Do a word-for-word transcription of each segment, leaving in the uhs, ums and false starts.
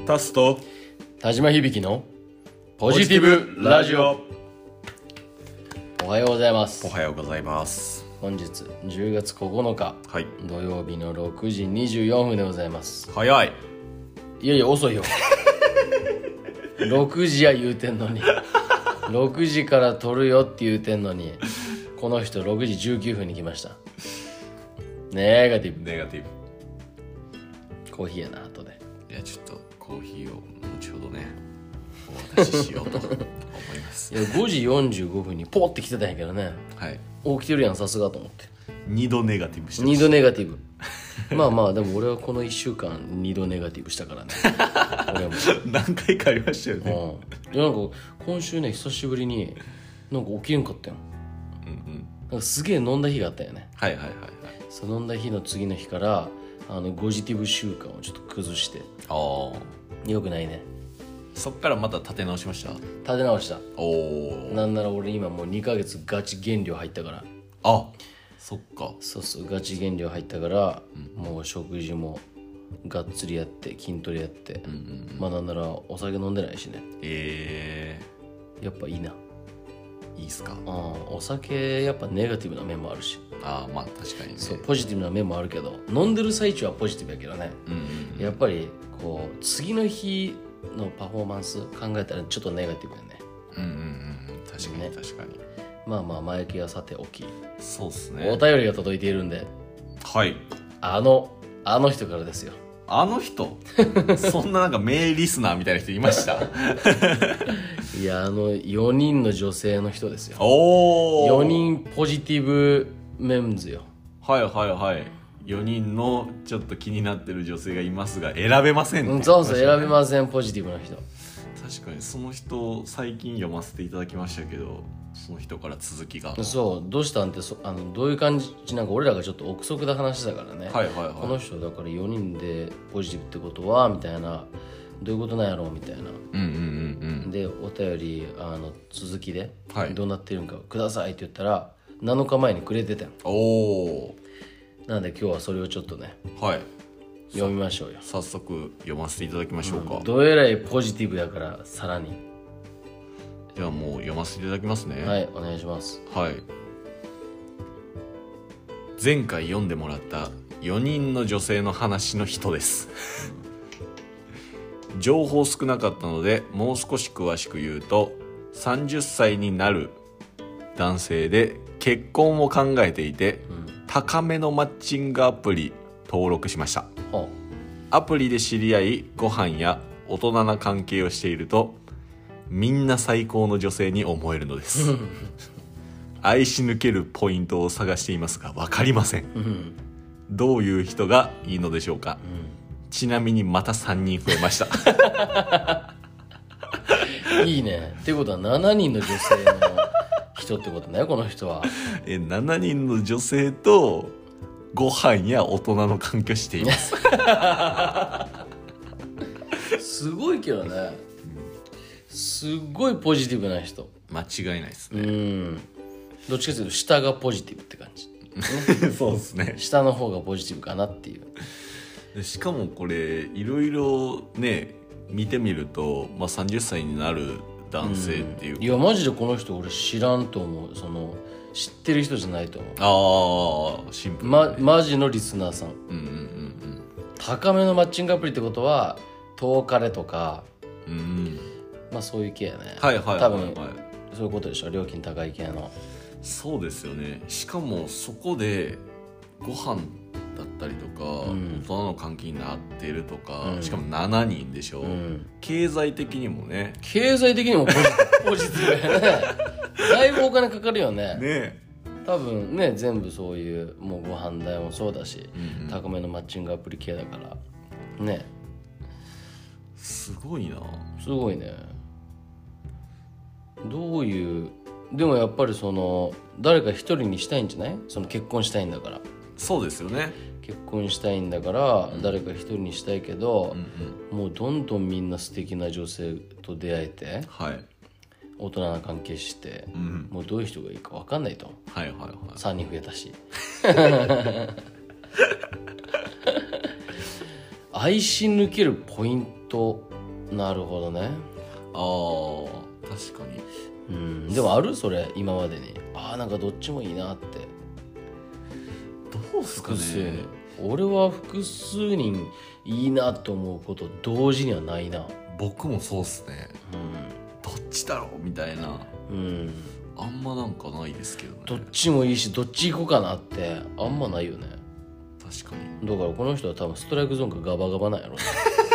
タスと田島響のポジティブラジオ。おはようございます。 おはようございます。 本日じゅうがつここのか、 はい、 土曜日のろくじにじゅうよんぷんでございます。 早い。 いやいや遅いよろくじや言うてんのにろくじから撮るよって言うてんのに、この人ろくじじゅうきゅうふんに来ました。ネガティブネガティブ。 コーヒーやな。後でいやちょっとコーヒーを後ほどねお渡ししようと思いますいやごじよんじゅうごふんにポーって来てたんやけどね。 はい、 起きてるやん、さすがと思って。 にどネガティブしてにどネガティブまあまあでも俺はこのいっしゅうかんにどネガティブしたからね俺も何回かありましたよね。 うん、いやなんか今週ね久しぶりになんか起きれんかったよ。 うんうん、 なんかすげえ飲んだ日があったよね。 はいはいはいはい。 そう飲んだ日の次の日からあのゴジティブ習慣をちょっと崩して。 ああ、 よくないね。 そっからまた立て直しました。 立て直した。 おお。 なんなら俺今もうにかげつガチ減量入ったから。 あ、そっか。 そうそうガチ減量入ったから、うん、もう食事もがっつりやって筋トレやって、うんうんうん、まあなんならお酒飲んでないしね。 えー、やっぱいいな。 いいっすか。 あ、お酒やっぱネガティブな面もあるし。 ああまあ確かにね。 そうポジティブな面もあるけど、飲んでる最中はポジティブやけどね、うんうんうん、やっぱりこう次の日のパフォーマンス考えたらちょっとネガティブやね。 うんうんうん、確かに、ね、確かに。まあまあ前置きはさておき、 そうっすね。 お便りが届いているんで、はいあのあの人からですよ。 あの人そんななんか名リスナーみたいな人いましたいやあのよにんの女性の人ですよ。 おー、 よにんポジティブメンズよ。 はいはいはい。よにんのちょっと気になってる女性がいますが選べませんね、 うん、そうそう選べません。ポジティブな人。 確かにその人最近読ませていただきましたけど、その人から続きが。 そうどうしたんって、そあのどういう感じなんか俺らがちょっと憶測で話してたからね。 はいはいはい。 この人だからよにんでポジティブってことはみたいな、どういうことなんやろうみたいな。うんうんうんうん。でお便りあの続きで、はい、どうなってるんかくださいって言ったらなのかまえにくれてたよ。おお。なんで今日はそれをちょっとね、はい、読みましょうよ。 早速読ませていただきましょうか。 うん、どえらいポジティブやからさらに。 じゃあもう読ませていただきますね。 はいお願いします。 はい。前回読んでもらったよにんの女性の話の人です情報少なかったのでもう少し詳しく言うと、さんじゅっさいになる男性で結婚を考えていて、うん、高めのマッチングアプリ登録しました。アプリで知り合いご飯や大人な関係をしているとみんな最高の女性に思えるのです愛し抜けるポイントを探していますが分かりません、うん、どういう人がいいのでしょうか、うん、ちなみにまたさんにん増えましたいいね。ってことはしちにんの女性の人ってことねこの人は。 えしちにんの女性とご飯や大人の関係をしていますすごいけどね、すごいポジティブな人。 間違いないですね。うん、 どっちかというと下がポジティブって感じ、 ね、そうですね。 下の方がポジティブかなっていう。 しかもこれいろいろね見てみると、まあ、さんじゅっさいになる男性っていう、うん、 いやマジでこの人俺知らんと思う。その知ってる人じゃないと思う。 ああシンプル、ね、 ま、マジのリスナーさん。うんうんうんうん。高めのマッチングアプリってことは遠かれとか、うん、まあそういう系やね。 はいはいはい、はい、 多分そういうことでしょ。料金高い系の。 そうですよね。しかもそこでご飯だったりとか、うん、大人の関係になってるとか、うん、しかもしちにんでしょ、うん、経済的にもね。 経済的にもポジポジティブやねだいぶお金かかるよね。 ね多分ね全部そういうもうご飯代もそうだし、うんうん、高めのマッチングアプリ系だからね。 すごいな。 すごいね。どういうでもやっぱりその誰か一人にしたいんじゃない？その結婚したいんだから。 そうですよね。 結婚したいんだから、うん、誰か一人にしたいけど、うんうん、もうどんどんみんな素敵な女性と出会えて、はい、大人な関係して、うん、もうどういう人がいいか分かんないと、はいはいはい、さんにん増えたし愛し抜けるポイントなるほどね。 あー確かに、うん、でもあるそれ今までにあーなんかどっちもいいなって。 どうすかね。複数俺は複数人いいなと思うこと同時にはないな。 僕もそうっすね、うん、どっちだろうみたいな、うん、あんまなんかないですけどね。 どっちもいいしどっち行こうかなってあんまないよね。 確かに。 だからこの人は多分ストライクゾーンがガバガバなんやろね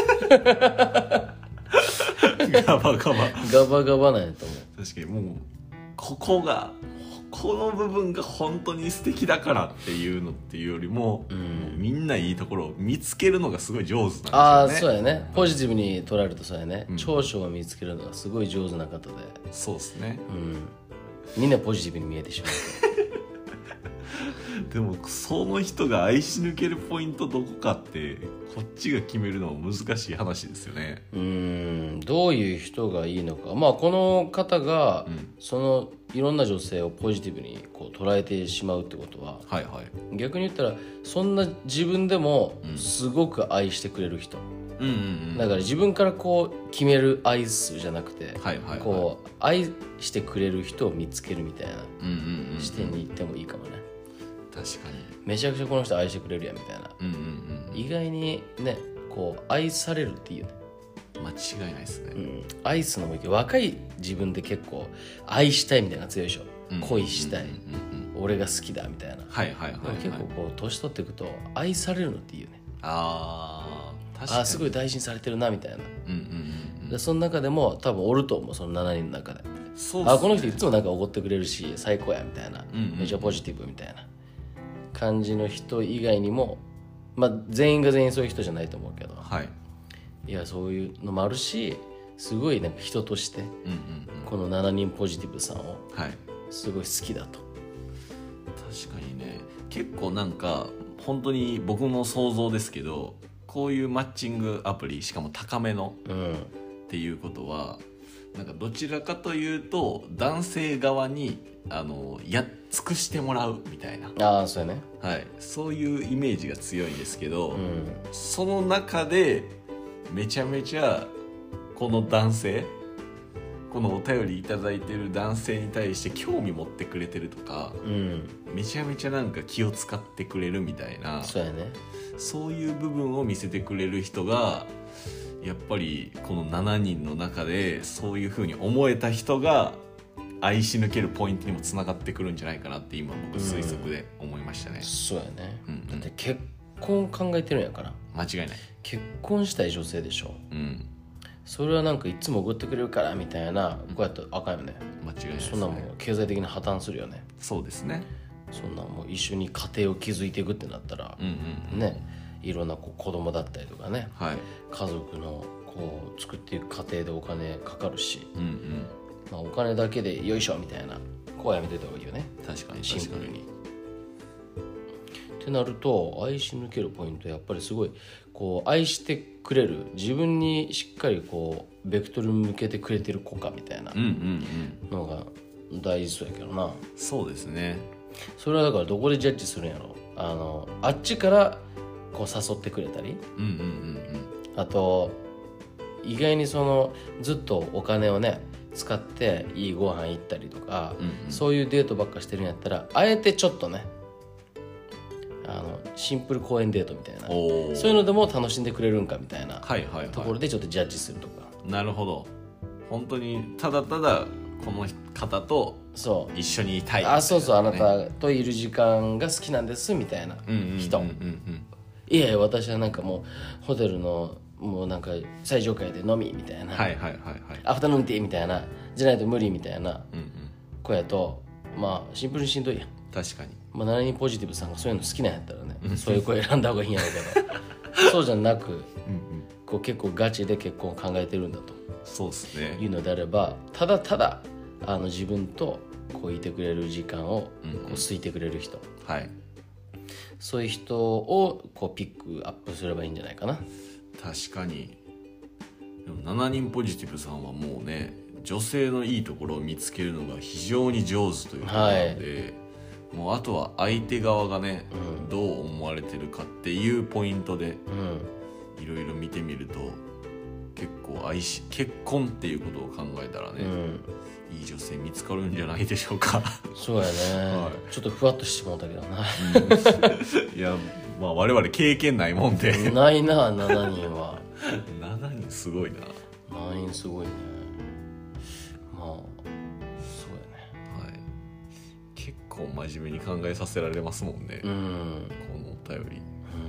ガバガバガバガバなんやと思う。 確かにもうここがこの部分が本当に素敵だからっていうのっていうよりも、うん、もうみんないいところを見つけるのがすごい上手なんですよね。 ああそうやね。ポジティブに捉えるとそうやね、うん、長所を見つけるのがすごい上手な方で。 そうですね、 うん、みんなポジティブに見えてしまうでもその人が愛し抜けるポイントどこかってこっちが決めるのも難しい話ですよね。 うーんどういう人がいいのか。まあこの方が、うん、そのいろんな女性をポジティブにこう捉えてしまうってことは、はいはい、逆に言ったらそんな自分でもすごく愛してくれる人、うんうんうん、だから自分からこう決める愛数じゃなくて、はいはいはい、こう愛してくれる人を見つけるみたいな視点に行ってもいいかもね。 確かにめちゃくちゃこの人愛してくれるやんみたいな、うんうんうん、意外にねこう愛されるっていうね。 間違いないですね、うん、 愛すのもいいけど若い自分で結構愛したいみたいなのが強いでしょ、うん、恋したい、うんうんうん、俺が好きだみたいな、はいはいはいはい、結構こう年取っていくと愛されるのっていいよね。あ確かにあすごい大事にされてるなみたいな、うんうんうん、でその中でも多分おると思うそのしちにんの中で。そう、ね、あこの人いつもなんかおごってくれるし最高やみたいな、うんうんうん、めちゃポジティブみたいな感じの人以外にも、まあ全員が全員そういう人じゃないと思うけど、はい、いやそういうのもあるしすごいなんか人として、うんうんうん、このしちにんポジティブさんをすごい好きだと、 はい、確かにね。結構なんか本当に僕の想像ですけどこういうマッチングアプリしかも高めの、うん、っていうことはなんかどちらかというと男性側にあのやっ尽くしてもらうみたいな、 ああそうやね、 はい、そういうイメージが強いんですけど、うん、その中でめちゃめちゃこの男性このお便りいただいてる男性に対して興味持ってくれてるとか、うん、めちゃめちゃなんか気を使ってくれるみたいな、 そうやね、 そういう部分を見せてくれる人がやっぱりこのしちにんの中でそういう風に思えた人が愛し抜けるポイントにもつながってくるんじゃないかなって今僕推測で思いましたね、 うん、そうやね、うんうん、だって結婚考えてるんやから間違いない。 結婚したい女性でしょ、うん、それはなんかいつもおごってくれるからみたいな、こうやってあかんよね。 間違いないですね。 そんなもん経済的に破綻するよね。 そうですね。 そんなもう一緒に家庭を築いていくってなったら、うんうんうん、ねいろんなこう子供だったりとかね、はい、家族のこう作っていく過程でお金かかるし、うんうんまあ、お金だけでよいしょみたいなこうやめてた方がいいよね。 確かにシンプルに。ってなると愛し抜けるポイントはやっぱりすごいこう愛してくれる自分にしっかりこうベクトル向けてくれてる子かみたいなのが大事そうやけどな、うんうんうん、 そうですね。 それはだからどこでジャッジするんやろ。あのあっちからこう誘ってくれたり、うんうんうんうん、あと意外にそのずっとお金をね使っていいご飯行ったりとか、うんうん、そういうデートばっかしてるんやったらあえてちょっとねあのシンプル公園デートみたいなそういうのでも楽しんでくれるんかみたいなところでちょっとジャッジするとか、はいはいはい、なるほど。本当にただただこの方と一緒にいたい、ね、 あそうそうあなたといる時間が好きなんですみたいな人、いやいや私はなんかもうホテルのもうなんか最上階で飲みみたいな、はいはいはいはい、アフタヌーンティーみたいなじゃないと無理みたいな子やと、まあシンプルにしんどいやん。 確かに、 まあ、しちにんポジティブさんがそういうの好きなんやったらねそういう子選んだ方がいいんやろうけどそうじゃなくうん、うん、こう結構ガチで結婚を考えてるんだとそうですねいうのであればただただあの自分とこういてくれる時間をこう好いてくれる人、うんうん、はい、そういう人をこうピックアップすればいいんじゃないかな。 確かに。でもしちにんポジティブさんはもうね女性のいいところを見つけるのが非常に上手ということなので、はい、もうあとは相手側がね、うん、どう思われてるかっていうポイントでいろいろ見てみると結構愛し結婚っていうことを考えたらね、うん、いい女性見つかるんじゃないでしょうか。 そうやね、はい、ちょっとふわっとしてもうたけどな、 うん、いやまあ我々経験ないもんでないな。ななにんはななにんすごいな。 ななにんすごいね。まあそうやね、 はい、結構真面目に考えさせられますもんね、うん、このお便り、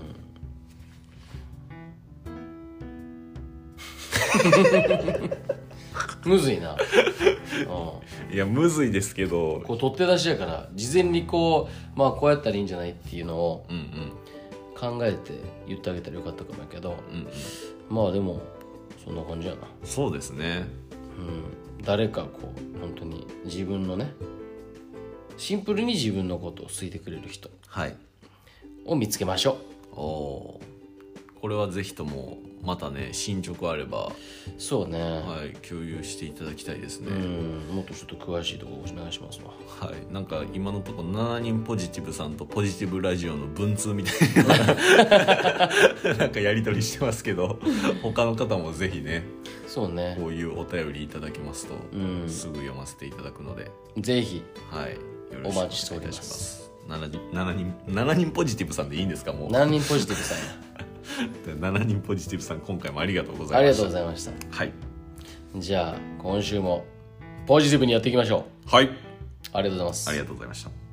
うん、むずいな、 うん、いやむずいですけど、 こう取って出しやから事前にこうまあこうやったらいいんじゃないっていうのを考えて言ってあげたらよかったかもやけど、うんうん、まあでもそんな感じやな。 そうですね、 うん、誰かこう本当に自分のね、シンプルに自分のことを好いてくれる人を見つけましょう。 おこれはぜひともまたね進捗あればそうね、 はい、共有していただきたいですね。 うん、もっとちょっと詳しいところお願いしますわ。 はい、なんか今のところななにんポジティブさんとポジティブラジオの文通みたいななんかやり取りしてますけど他の方もぜひね、 そうね、 こういうお便りいただけますと、うん、すぐ読ませていただくのでぜひ、 はい、よろしくお待ちしております。 ななにん、ななにん、ななにんポジティブさんでいいんですか？もうななにんポジティブさんななにんポジティブさん、今回もありがとうございました。 ありがとうございました。 はい、 じゃあ今週もポジティブにやっていきましょう。はい、 ありがとうございます。 ありがとうございました。